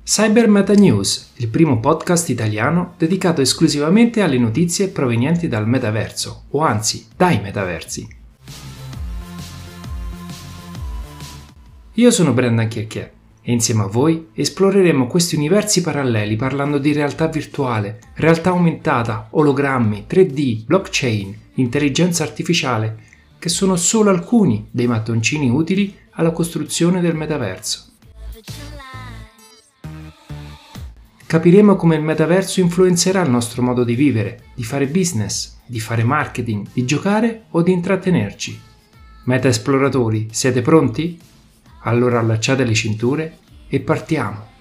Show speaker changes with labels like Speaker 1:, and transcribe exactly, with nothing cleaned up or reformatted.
Speaker 1: Cyber Meta News, il primo podcast italiano dedicato esclusivamente alle notizie provenienti dal metaverso, o anzi, dai metaversi. Io sono Brendan Chierchè e insieme a voi esploreremo questi universi paralleli parlando di realtà virtuale, realtà aumentata, ologrammi, tre D, blockchain, intelligenza artificiale, che sono solo alcuni dei mattoncini utili alla costruzione del metaverso. Capiremo come il metaverso influenzerà il nostro modo di vivere, di fare business, di fare marketing, di giocare o di intrattenerci. Meta esploratori, siete pronti? Allora allacciate le cinture e partiamo!